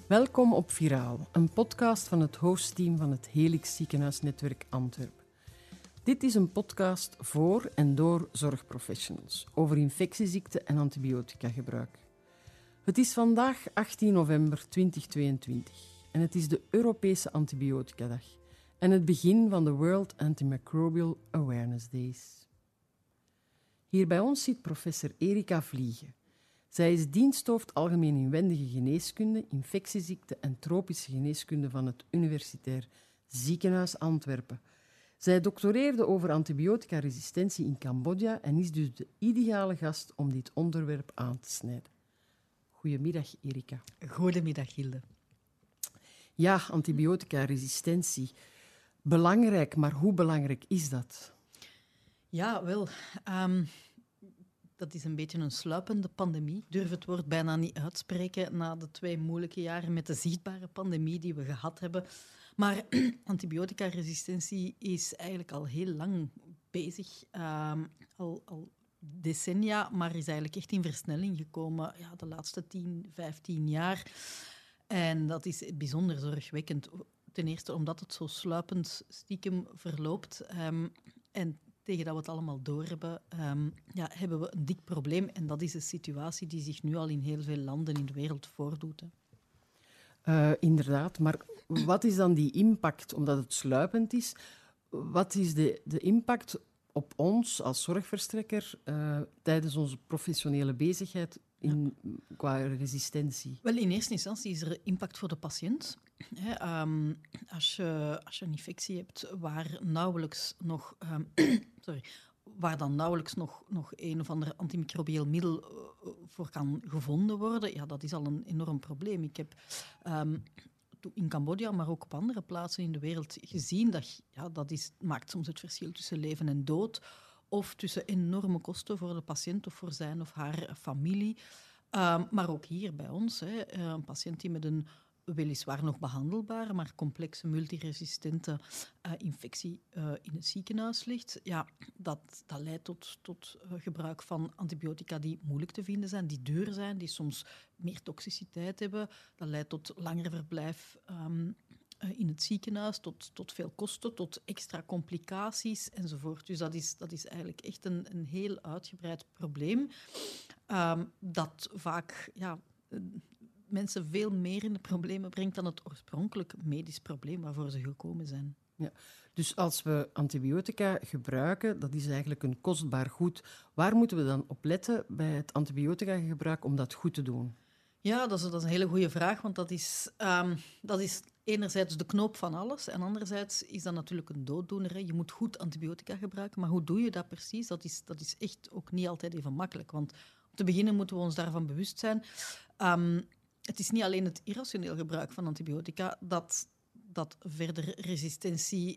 Welkom op Viraal, een podcast van het hostteam van het Helix Ziekenhuisnetwerk Antwerpen. Dit is een podcast voor en door zorgprofessionals over infectieziekten en antibioticagebruik. Het is vandaag 18 november 2022 en het is de Europese Antibioticadag en het begin van de World Antimicrobial Awareness Days. Hier bij ons zit professor Erika Vliegen. Zij is diensthoofd Algemeen Inwendige Geneeskunde, Infectieziekten en Tropische Geneeskunde van het Universitair Ziekenhuis Antwerpen. Zij doctoreerde over antibioticaresistentie in Cambodja en is dus de ideale gast om dit onderwerp aan te snijden. Goedemiddag, Erika. Goedemiddag, Hilde. Ja, antibioticaresistentie. Belangrijk, maar hoe belangrijk is dat? Ja, wel, dat is een beetje een sluipende pandemie. Ik durf het woord bijna niet uitspreken na de 2 moeilijke jaren met de zichtbare pandemie die we gehad hebben. Maar antibioticaresistentie is eigenlijk al heel lang bezig, al decennia, maar is eigenlijk echt in versnelling gekomen de laatste 10, 15 jaar. En dat is bijzonder zorgwekkend. Ten eerste omdat het zo sluipend stiekem verloopt. En tegen dat we het allemaal doorhebben, hebben we een dik probleem. En dat is een situatie die zich nu al in heel veel landen in de wereld voordoet. Inderdaad, maar wat is dan die impact, omdat het sluipend is? Wat is de impact op ons als zorgverstrekker tijdens onze professionele bezigheid qua resistentie? Wel, in eerste instantie is er impact voor de patiënt. Als je een infectie hebt waar dan nauwelijks nog een of ander antimicrobieel middel voor kan gevonden worden, dat is al een enorm probleem. Ik heb in Cambodja, maar ook op andere plaatsen in de wereld gezien dat maakt soms het verschil tussen leven en dood of tussen enorme kosten voor de patiënt of voor zijn of haar familie. Maar ook hier bij ons, een patiënt die met een weliswaar nog behandelbare, maar complexe multiresistente infectie in het ziekenhuis ligt, dat leidt tot gebruik van antibiotica die moeilijk te vinden zijn, die duur zijn, die soms meer toxiciteit hebben. Dat leidt tot langer verblijf in het ziekenhuis, tot veel kosten, tot extra complicaties enzovoort. Dus dat is eigenlijk echt een heel uitgebreid probleem dat vaak mensen veel meer in de problemen brengt dan het oorspronkelijk medisch probleem waarvoor ze gekomen zijn. Ja. Dus als we antibiotica gebruiken, dat is eigenlijk een kostbaar goed. Waar moeten we dan op letten bij het antibiotica-gebruik om dat goed te doen? Ja, dat is een hele goede vraag, want dat is enerzijds de knoop van alles en anderzijds is dat natuurlijk een dooddoener. Hè. Je moet goed antibiotica gebruiken, maar hoe doe je dat precies? Dat is echt ook niet altijd even makkelijk, want om te beginnen moeten we ons daarvan bewust zijn. Het is niet alleen het irrationeel gebruik van antibiotica dat verder resistentie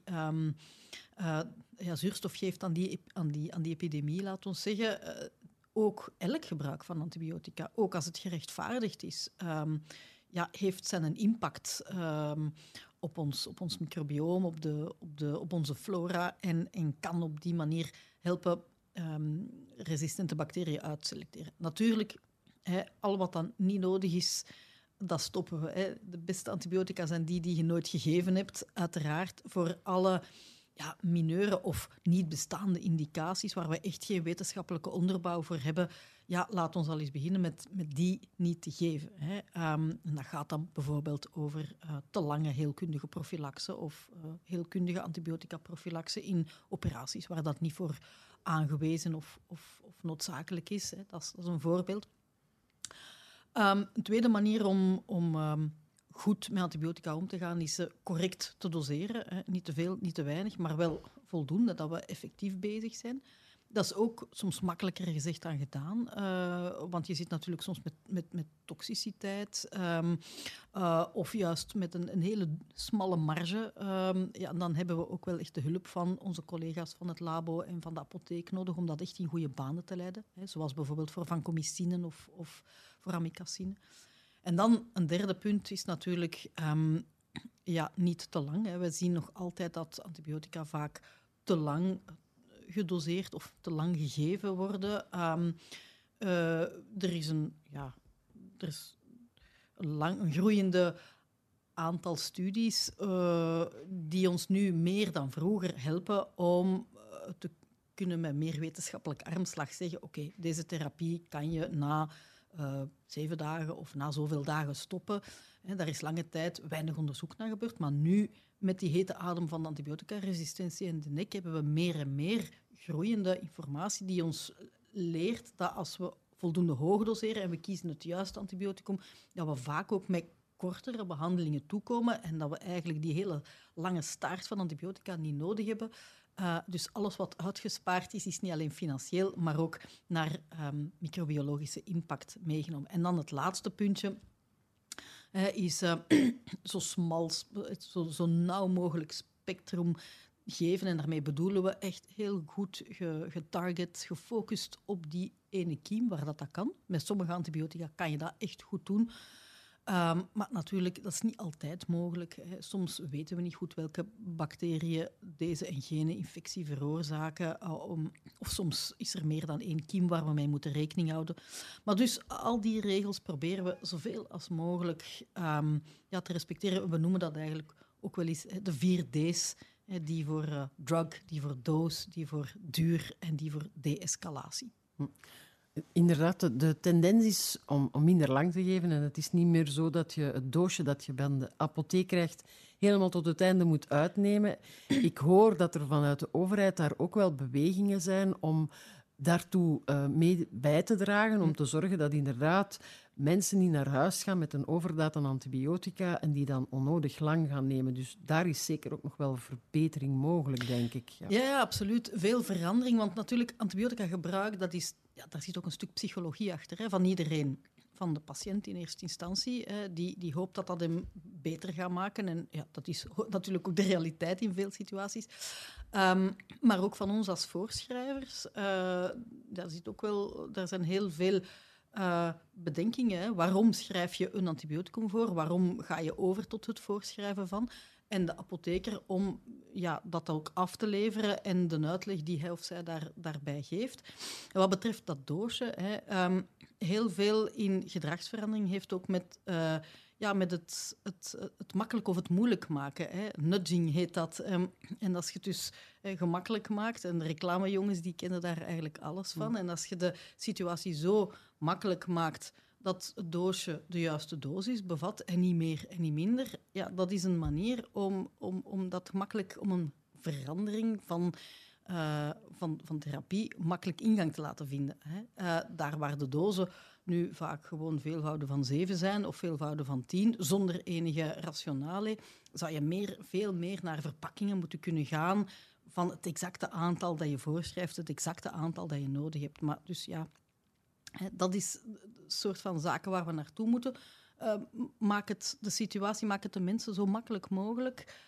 zuurstof geeft aan die epidemie, laat ons zeggen. Ook elk gebruik van antibiotica, ook als het gerechtvaardigd is, heeft zijn een impact op ons microbioom, op onze flora en kan op die manier helpen resistente bacteriën uit te selecteren. Natuurlijk, al wat dan niet nodig is, dat stoppen we. De beste antibiotica zijn die je nooit gegeven hebt, uiteraard. Voor alle mineure of niet bestaande indicaties waar we echt geen wetenschappelijke onderbouw voor hebben, laat ons al eens beginnen met die niet te geven. En dat gaat dan bijvoorbeeld over te lange heelkundige profilaxe of heelkundige antibiotica-profilaxe in operaties waar dat niet voor aangewezen of noodzakelijk is. Dat is een voorbeeld. Een tweede manier om goed met antibiotica om te gaan is ze correct te doseren. Niet te veel, niet te weinig, maar wel voldoende, dat we effectief bezig zijn. Dat is ook soms makkelijker gezegd dan gedaan, want je zit natuurlijk soms met toxiciteit of juist met een hele smalle marge. Dan hebben we ook wel echt de hulp van onze collega's van het labo en van de apotheek nodig om dat echt in goede banen te leiden. Zoals bijvoorbeeld voor vancomycine of voor amikacine. En dan een derde punt is natuurlijk niet te lang. We zien nog altijd dat antibiotica vaak te lang gedoseerd of te lang gegeven worden. Er is een groeiende aantal studies die ons nu meer dan vroeger helpen om te kunnen met meer wetenschappelijk armslag zeggen oké, deze therapie kan je na 7 dagen of na zoveel dagen stoppen. Daar is lange tijd weinig onderzoek naar gebeurd, maar nu met die hete adem van de antibioticaresistentie in de nek hebben we meer en meer groeiende informatie die ons leert dat als we voldoende hoog doseren en we kiezen het juiste antibioticum, dat we vaak ook met kortere behandelingen toekomen en dat we eigenlijk die hele lange staart van antibiotica niet nodig hebben. Dus alles wat uitgespaard is, is niet alleen financieel, maar ook naar microbiologische impact meegenomen. En dan het laatste puntje is zo nauw mogelijk spectrum geven. En daarmee bedoelen we echt heel goed getarget, gefocust op die ene kiem waar dat kan. Met sommige antibiotica kan je dat echt goed doen. Maar natuurlijk, dat is niet altijd mogelijk. Hè. Soms weten we niet goed welke bacteriën deze en gene infectie veroorzaken. Of soms is er meer dan 1 kiem waar we mee moeten rekening houden. Maar dus al die regels proberen we zoveel als mogelijk te respecteren. We noemen dat eigenlijk ook wel eens de 4 D's. Die voor drug, die voor dose, die voor duur en die voor de-escalatie. Inderdaad, de tendens is om minder lang te geven. En het is niet meer zo dat je het doosje dat je bij de apotheek krijgt helemaal tot het einde moet uitnemen. Ik hoor dat er vanuit de overheid daar ook wel bewegingen zijn om daartoe mee bij te dragen, om te zorgen dat inderdaad mensen niet naar huis gaan met een overdaad aan antibiotica en die dan onnodig lang gaan nemen. Dus daar is zeker ook nog wel verbetering mogelijk, denk ik. Ja, absoluut. Veel verandering, want natuurlijk antibiotica gebruik, daar zit ook een stuk psychologie achter, van iedereen. Van de patiënt in eerste instantie, die hoopt dat dat hem beter gaat maken. En ja, dat is natuurlijk ook de realiteit in veel situaties. Maar ook van ons als voorschrijvers. Daar zijn heel veel bedenkingen. Hè. Waarom schrijf je een antibioticum voor? Waarom ga je over tot het voorschrijven van? En de apotheker om dat ook af te leveren en de uitleg die hij of zij daarbij geeft. En wat betreft dat doosje, heel veel in gedragsverandering heeft ook met het makkelijk of het moeilijk maken. Hè. Nudging heet dat. En als je het dus gemakkelijk maakt, en de reclamejongens die kennen daar eigenlijk alles van. En als je de situatie zo makkelijk maakt dat het doosje de juiste dosis bevat en niet meer en niet minder, dat is een manier om dat gemakkelijk, om een verandering van therapie makkelijk ingang te laten vinden. Hè. Daar waar de dozen nu vaak gewoon veelvouden van 7 zijn of veelvouden van 10, zonder enige rationale, zou je veel meer naar verpakkingen moeten kunnen gaan van het exacte aantal dat je voorschrijft, het exacte aantal dat je nodig hebt. Maar dus dat is een soort van zaken waar we naartoe moeten. Maak het de mensen zo makkelijk mogelijk.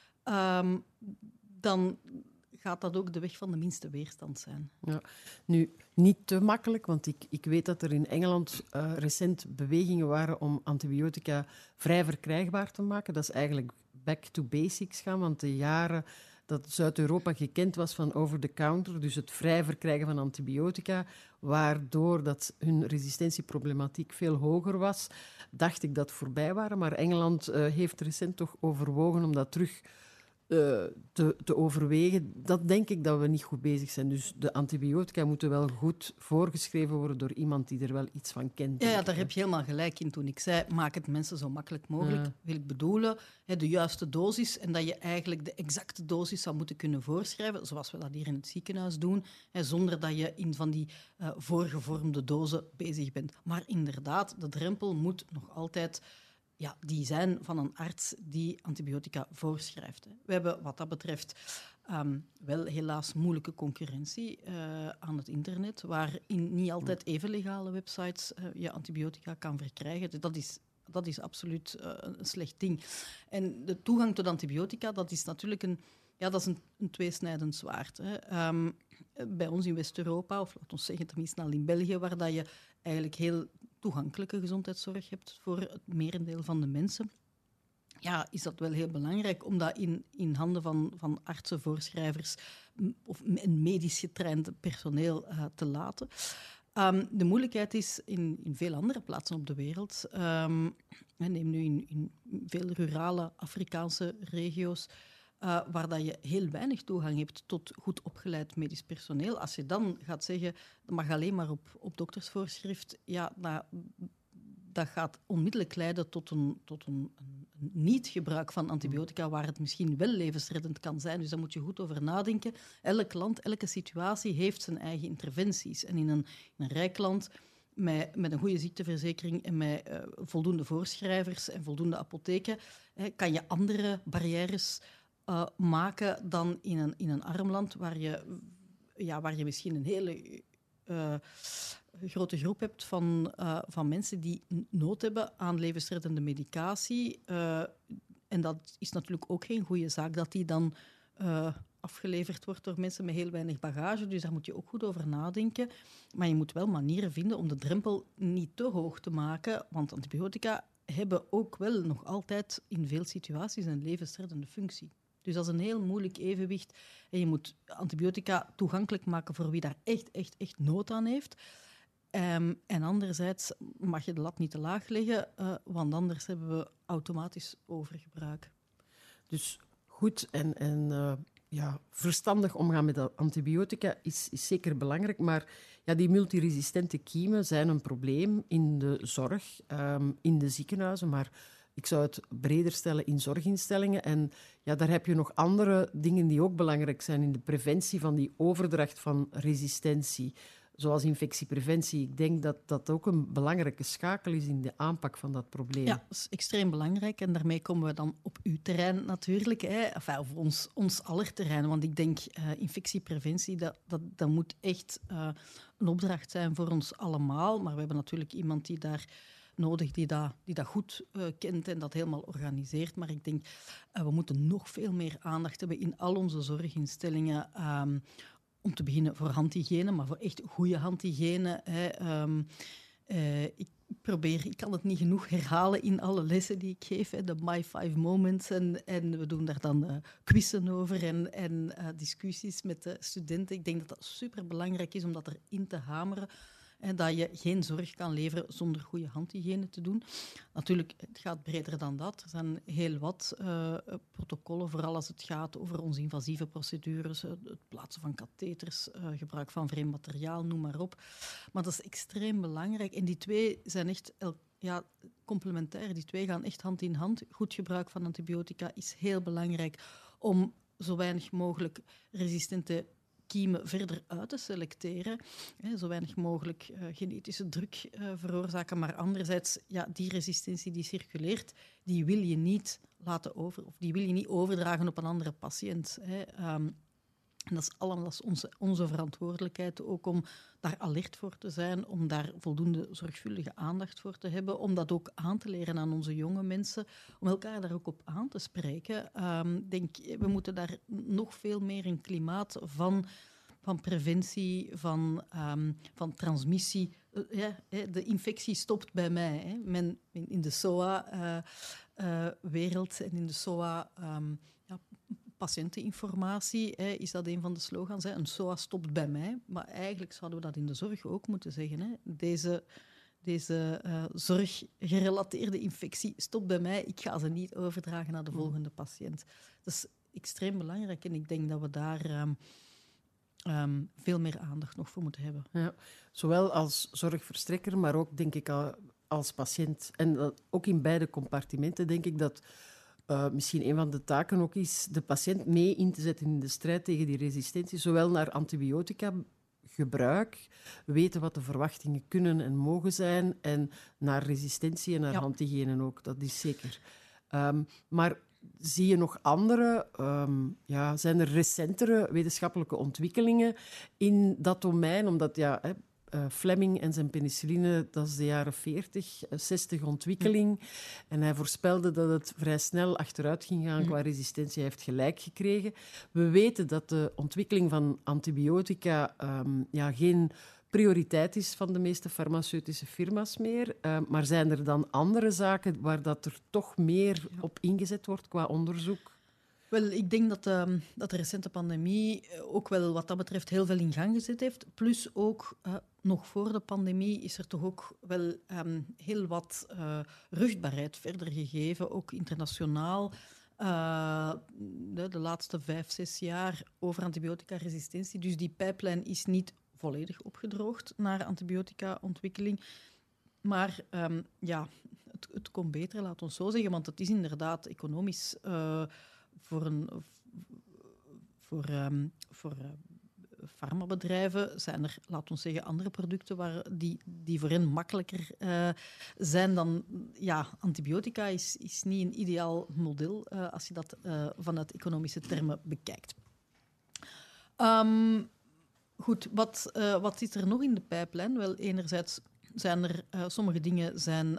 Dan gaat dat ook de weg van de minste weerstand zijn. Ja. Nu, niet te makkelijk, want ik weet dat er in Engeland recent bewegingen waren om antibiotica vrij verkrijgbaar te maken. Dat is eigenlijk back to basics gaan, want de jaren dat Zuid-Europa gekend was van over-the-counter, dus het vrij verkrijgen van antibiotica, waardoor dat hun resistentieproblematiek veel hoger was, dacht ik dat voorbij waren. Maar Engeland heeft recent toch overwogen om dat terug te overwegen. Dat denk ik dat we niet goed bezig zijn. Dus de antibiotica moeten wel goed voorgeschreven worden door iemand die er wel iets van kent. Ja, daar heb je helemaal gelijk in toen ik zei, maak het mensen zo makkelijk mogelijk. Wil ik bedoelen, de juiste dosis en dat je eigenlijk de exacte dosis zou moeten kunnen voorschrijven, zoals we dat hier in het ziekenhuis doen, zonder dat je in van die voorgevormde dozen bezig bent. Maar inderdaad, de drempel moet nog altijd die zijn van een arts die antibiotica voorschrijft. We hebben wat dat betreft wel helaas moeilijke concurrentie aan het internet, waarin niet altijd even legale websites je antibiotica kan verkrijgen. Dat is absoluut een slecht ding. En de toegang tot antibiotica, dat is natuurlijk een tweesnijdend zwaard. Hè. Bij ons in West-Europa, of laat ons zeggen tenminste al in België, waar dat je eigenlijk heel toegankelijke gezondheidszorg hebt voor het merendeel van de mensen, is dat wel heel belangrijk om dat in handen van artsen, voorschrijvers of medisch getraind personeel te laten. De moeilijkheid is in veel andere plaatsen op de wereld. Neem nu in veel rurale Afrikaanse regio's, waar dat je heel weinig toegang hebt tot goed opgeleid medisch personeel. Als je dan gaat zeggen, dat mag alleen maar op doktersvoorschrift, ja, dat gaat onmiddellijk leiden tot een niet-gebruik van antibiotica, waar het misschien wel levensreddend kan zijn. Dus daar moet je goed over nadenken. Elk land, elke situatie heeft zijn eigen interventies. En in een rijk land met een goede ziekteverzekering en met voldoende voorschrijvers en voldoende apotheken, kan je andere barrières maken dan in een arm land waar je misschien een hele grote groep hebt van mensen die nood hebben aan levensreddende medicatie. En dat is natuurlijk ook geen goede zaak dat die dan afgeleverd wordt door mensen met heel weinig bagage. Dus daar moet je ook goed over nadenken. Maar je moet wel manieren vinden om de drempel niet te hoog te maken, want antibiotica hebben ook wel nog altijd in veel situaties een levensreddende functie. Dus dat is een heel moeilijk evenwicht. En je moet antibiotica toegankelijk maken voor wie daar echt nood aan heeft. En anderzijds mag je de lat niet te laag leggen, want anders hebben we automatisch overgebruik. Dus goed en verstandig omgaan met antibiotica is zeker belangrijk. Maar ja, die multiresistente kiemen zijn een probleem in de zorg, in de ziekenhuizen, maar ik zou het breder stellen in zorginstellingen. En ja, daar heb je nog andere dingen die ook belangrijk zijn in de preventie van die overdracht van resistentie, zoals infectiepreventie. Ik denk dat dat ook een belangrijke schakel is in de aanpak van dat probleem. Ja, dat is extreem belangrijk. En daarmee komen we dan op uw terrein natuurlijk. Enfin, of ons aller terrein. Want ik denk, infectiepreventie, dat moet echt een opdracht zijn voor ons allemaal. Maar we hebben natuurlijk iemand die daar nodig die dat goed kent en dat helemaal organiseert. Maar ik denk, we moeten nog veel meer aandacht hebben in al onze zorginstellingen. Om te beginnen voor handhygiëne, maar voor echt goede handhygiëne. Ik kan het niet genoeg herhalen in alle lessen die ik geef. De My 5 Moments. En we doen daar dan quizzen over en discussies met de studenten. Ik denk dat dat superbelangrijk is om dat erin te hameren. En dat je geen zorg kan leveren zonder goede handhygiëne te doen. Natuurlijk, het gaat breder dan dat. Er zijn heel wat protocollen, vooral als het gaat over onze invasieve procedures, het plaatsen van katheters, gebruik van vreemd materiaal, noem maar op. Maar dat is extreem belangrijk. En die twee zijn echt complementair. Die twee gaan echt hand in hand. Goed gebruik van antibiotica is heel belangrijk om zo weinig mogelijk resistente kiemen verder uit te selecteren, zo weinig mogelijk genetische druk veroorzaken, maar anderzijds, die resistentie die circuleert, die wil je niet laten of die wil je niet overdragen op een andere patiënt. En dat is allemaal onze verantwoordelijkheid, ook om daar alert voor te zijn, om daar voldoende zorgvuldige aandacht voor te hebben, om dat ook aan te leren aan onze jonge mensen, om elkaar daar ook op aan te spreken. We moeten daar nog veel meer een klimaat van preventie, van transmissie. De infectie stopt bij mij. In de SOA-wereld en in de SOA... patiënteninformatie is dat een van de slogans. Een SOA stopt bij mij. Maar eigenlijk zouden we dat in de zorg ook moeten zeggen. Deze zorggerelateerde infectie stopt bij mij. Ik ga ze niet overdragen naar de volgende patiënt. Dat is extreem belangrijk en ik denk dat we daar veel meer aandacht nog voor moeten hebben. Ja, zowel als zorgverstrekker, maar ook, denk ik, als patiënt. En ook in beide compartimenten denk ik dat misschien een van de taken ook is de patiënt mee in te zetten in de strijd tegen die resistentie, zowel naar antibiotica gebruik, weten wat de verwachtingen kunnen en mogen zijn, en naar resistentie en naar handhygiëne ook, dat is zeker. Maar zie je nog andere, zijn er recentere wetenschappelijke ontwikkelingen in dat domein? Omdat Fleming en zijn penicilline, dat is de jaren 40, 60 ontwikkeling. En hij voorspelde dat het vrij snel achteruit ging gaan qua resistentie. Hij heeft gelijk gekregen. We weten dat de ontwikkeling van antibiotica geen prioriteit is van de meeste farmaceutische firma's meer. Maar zijn er dan andere zaken waar dat er toch meer op ingezet wordt qua onderzoek? Wel, ik denk dat de recente pandemie ook wel wat dat betreft heel veel in gang gezet heeft. Plus ook, nog voor de pandemie is er toch ook wel heel wat ruchtbaarheid verder gegeven, ook internationaal. De laatste 5-6 jaar over antibioticaresistentie. Dus die pijplijn is niet volledig opgedroogd naar antibiotica-ontwikkeling. Maar het kon beter, laat ons zo zeggen, want het is inderdaad economisch voor farmabedrijven zijn er, laten we zeggen, andere producten die voor hen makkelijker zijn dan... Ja, antibiotica is niet een ideaal model als je dat vanuit economische termen bekijkt. Goed, wat zit er nog in de pijplijn? Wel, enerzijds zijn er sommige dingen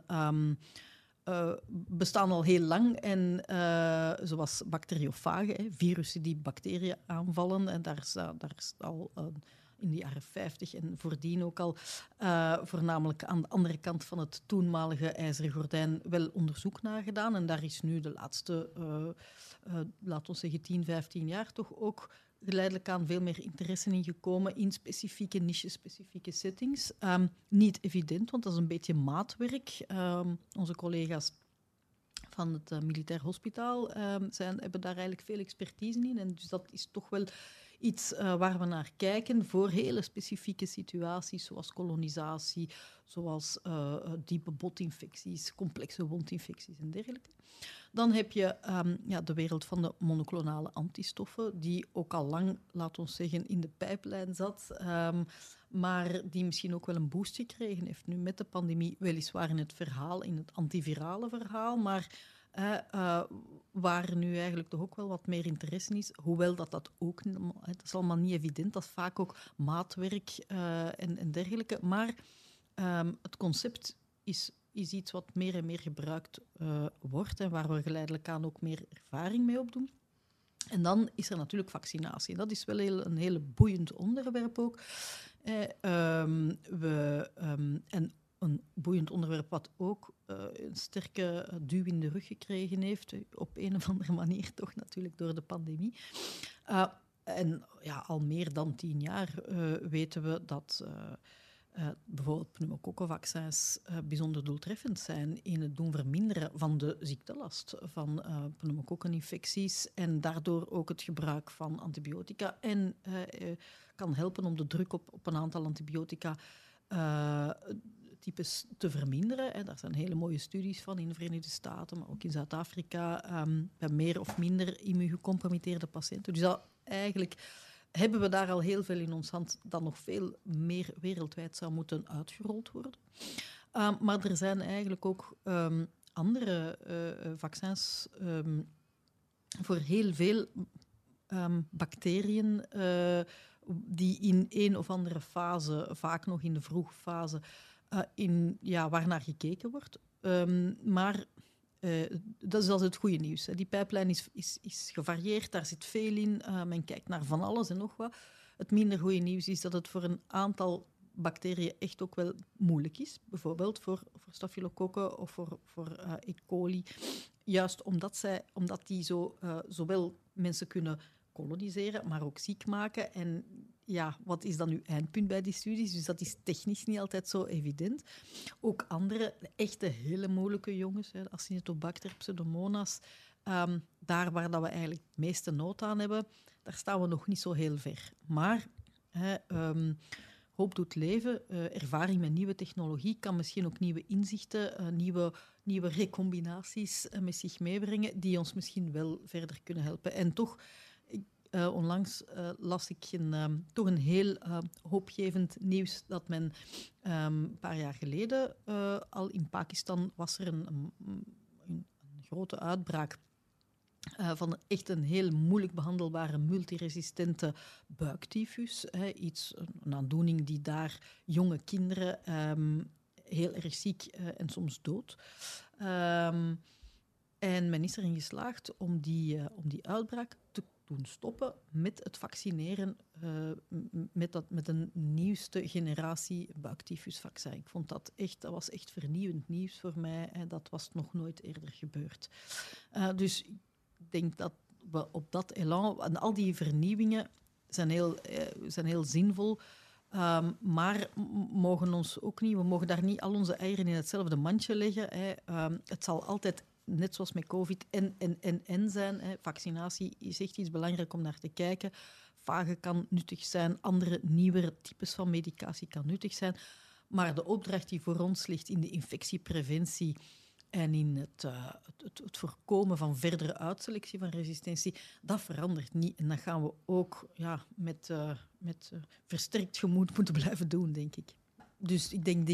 bestaan al heel lang, en zoals bacteriofagen, virussen die bacteriën aanvallen. En daar is al in de jaren 50 en voordien ook al voornamelijk aan de andere kant van het toenmalige ijzeren gordijn wel onderzoek naar gedaan. En daar is nu de laatste, laten we zeggen, 10, 15 jaar toch ook geleidelijk aan veel meer interesse in gekomen in specifieke niches, specifieke settings. Niet evident, want dat is een beetje maatwerk. Onze collega's van het Militair Hospitaal hebben daar eigenlijk veel expertise in. En dus dat is toch wel iets waar we naar kijken voor hele specifieke situaties, zoals kolonisatie, zoals diepe botinfecties, complexe wondinfecties en dergelijke. Dan heb je de wereld van de monoclonale antistoffen, die ook al lang, laten we zeggen, in de pijplijn zat, maar die misschien ook wel een boost gekregen heeft nu met de pandemie, weliswaar in het antivirale verhaal, maar waar nu eigenlijk toch ook wel wat meer interesse is, hoewel dat ook, het is allemaal niet evident, dat is vaak ook maatwerk en dergelijke, maar het concept is iets wat meer en meer gebruikt wordt en waar we geleidelijk aan ook meer ervaring mee opdoen. En dan is er natuurlijk vaccinatie. Dat is wel een hele boeiend onderwerp ook. En een boeiend onderwerp wat ook een sterke duw in de rug gekregen heeft, op een of andere manier toch natuurlijk door de pandemie. En ja, al meer dan 10 jaar weten we dat bijvoorbeeld pneumokokkenvaccins bijzonder doeltreffend zijn in het doen verminderen van de ziektelast van pneumokokkeninfecties en daardoor ook het gebruik van antibiotica en kan helpen om de druk op een aantal antibiotica types te verminderen. Daar zijn hele mooie studies van in de Verenigde Staten, maar ook in Zuid-Afrika, bij meer of minder immuungecompromitteerde patiënten. Dus dat eigenlijk hebben we daar al heel veel in ons hand dat nog veel meer wereldwijd zou moeten uitgerold worden. Maar er zijn eigenlijk ook andere vaccins voor heel veel bacteriën die in een of andere fase, vaak nog in de vroege fase, waarnaar gekeken wordt. Maar dat is altijd het goede nieuws. Hè. Die pijplijn is gevarieerd, daar zit veel in. Men kijkt naar van alles en nog wat. Het minder goede nieuws is dat het voor een aantal bacteriën echt ook wel moeilijk is. Bijvoorbeeld voor stafylokokken of voor E. coli. Juist omdat die zowel mensen kunnen koloniseren, maar ook ziek maken. En ja, wat is dan uw eindpunt bij die studies? Dus dat is technisch niet altijd zo evident. Ook andere, echte hele moeilijke jongens, Acinetobacter, Pseudomonas, daar waar dat we eigenlijk het meeste nood aan hebben, daar staan we nog niet zo heel ver. Maar hoop doet leven, ervaring met nieuwe technologie kan misschien ook nieuwe inzichten, nieuwe recombinaties met zich meebrengen, die ons misschien wel verder kunnen helpen. En toch, onlangs las ik toch een heel hoopgevend nieuws dat men een paar jaar geleden al in Pakistan was er een grote uitbraak van echt een heel moeilijk behandelbare multiresistente buiktyfus. Een aandoening die daar jonge kinderen heel erg ziek en soms dood. En men is erin geslaagd om die uitbraak te doen stoppen met het vaccineren met een nieuwste generatie buiktyfusvaccin. Ik vond dat was echt vernieuwend nieuws voor mij. Dat was nog nooit eerder gebeurd. Dus ik denk dat we op dat elan... En al die vernieuwingen zijn heel zinvol. Maar we mogen daar niet al onze eieren in hetzelfde mandje leggen. Hè. Het zal altijd, net zoals met COVID, en zijn. Hè. Vaccinatie is echt iets belangrijk om naar te kijken. Vage kan nuttig zijn, andere, nieuwere types van medicatie kan nuttig zijn. Maar de opdracht die voor ons ligt in de infectiepreventie en in het voorkomen van verdere uitselectie van resistentie, dat verandert niet. En dat gaan we ook met versterkt gemoed moeten blijven doen, denk ik. Dus ik denk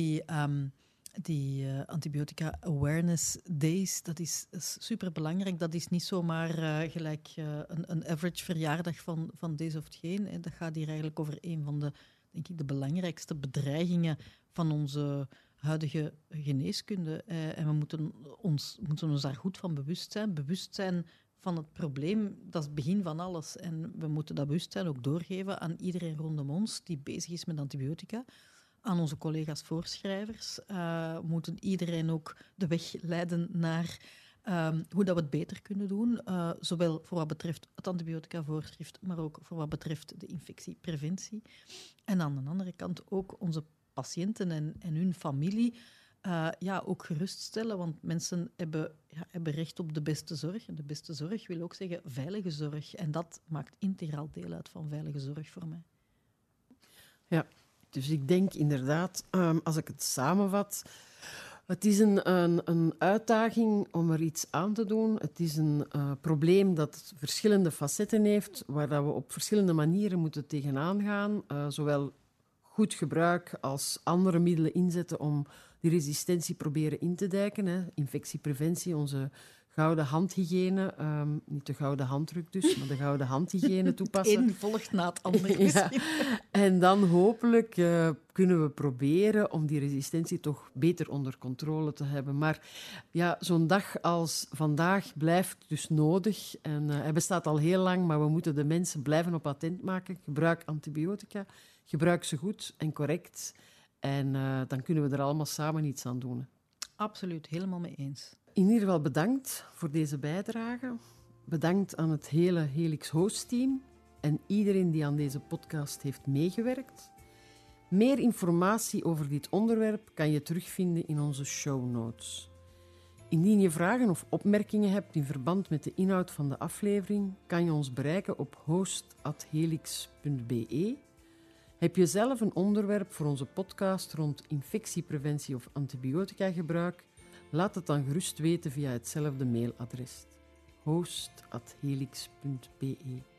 die antibiotica awareness days, dat is superbelangrijk. Dat is niet zomaar gelijk een average verjaardag van deze of hetgeen. Hè. Dat gaat hier eigenlijk over een van de belangrijkste bedreigingen van onze huidige geneeskunde. En we moeten ons daar goed van bewust zijn. Bewustzijn van het probleem, dat is het begin van alles. En we moeten dat bewustzijn ook doorgeven aan iedereen rondom ons die bezig is met antibiotica. Aan onze collega's voorschrijvers. We moeten iedereen ook de weg leiden naar hoe dat we het beter kunnen doen. Zowel voor wat betreft het antibiotica-voorschrift, maar ook voor wat betreft de infectiepreventie. En aan de andere kant ook onze patiënten en hun familie ook geruststellen, want mensen hebben recht op de beste zorg. En de beste zorg wil ook zeggen veilige zorg. En dat maakt integraal deel uit van veilige zorg voor mij. Ja, dus ik denk inderdaad, als ik het samenvat, het is een uitdaging om er iets aan te doen. Het is een probleem dat verschillende facetten heeft, waar dat we op verschillende manieren moeten tegenaan gaan. Zowel goed gebruik als andere middelen inzetten om die resistentie proberen in te dijken. Hè. Infectiepreventie, onze gouden handhygiëne. Niet de gouden handdruk dus, maar de gouden handhygiëne toepassen. Het een volgt na het ander. Ja. En dan hopelijk kunnen we proberen om die resistentie toch beter onder controle te hebben. Maar ja, zo'n dag als vandaag blijft dus nodig. En hij bestaat al heel lang, maar we moeten de mensen blijven op attent maken. Gebruik antibiotica. Gebruik ze goed en correct. En dan kunnen we er allemaal samen iets aan doen. Absoluut, helemaal mee eens. In ieder geval bedankt voor deze bijdrage. Bedankt aan het hele Helix Host-team en iedereen die aan deze podcast heeft meegewerkt. Meer informatie over dit onderwerp kan je terugvinden in onze show notes. Indien je vragen of opmerkingen hebt in verband met de inhoud van de aflevering, kan je ons bereiken op host@helix.be. Heb je zelf een onderwerp voor onze podcast rond infectiepreventie of antibiotica-gebruik? Laat het dan gerust weten via hetzelfde mailadres: host@helix.be.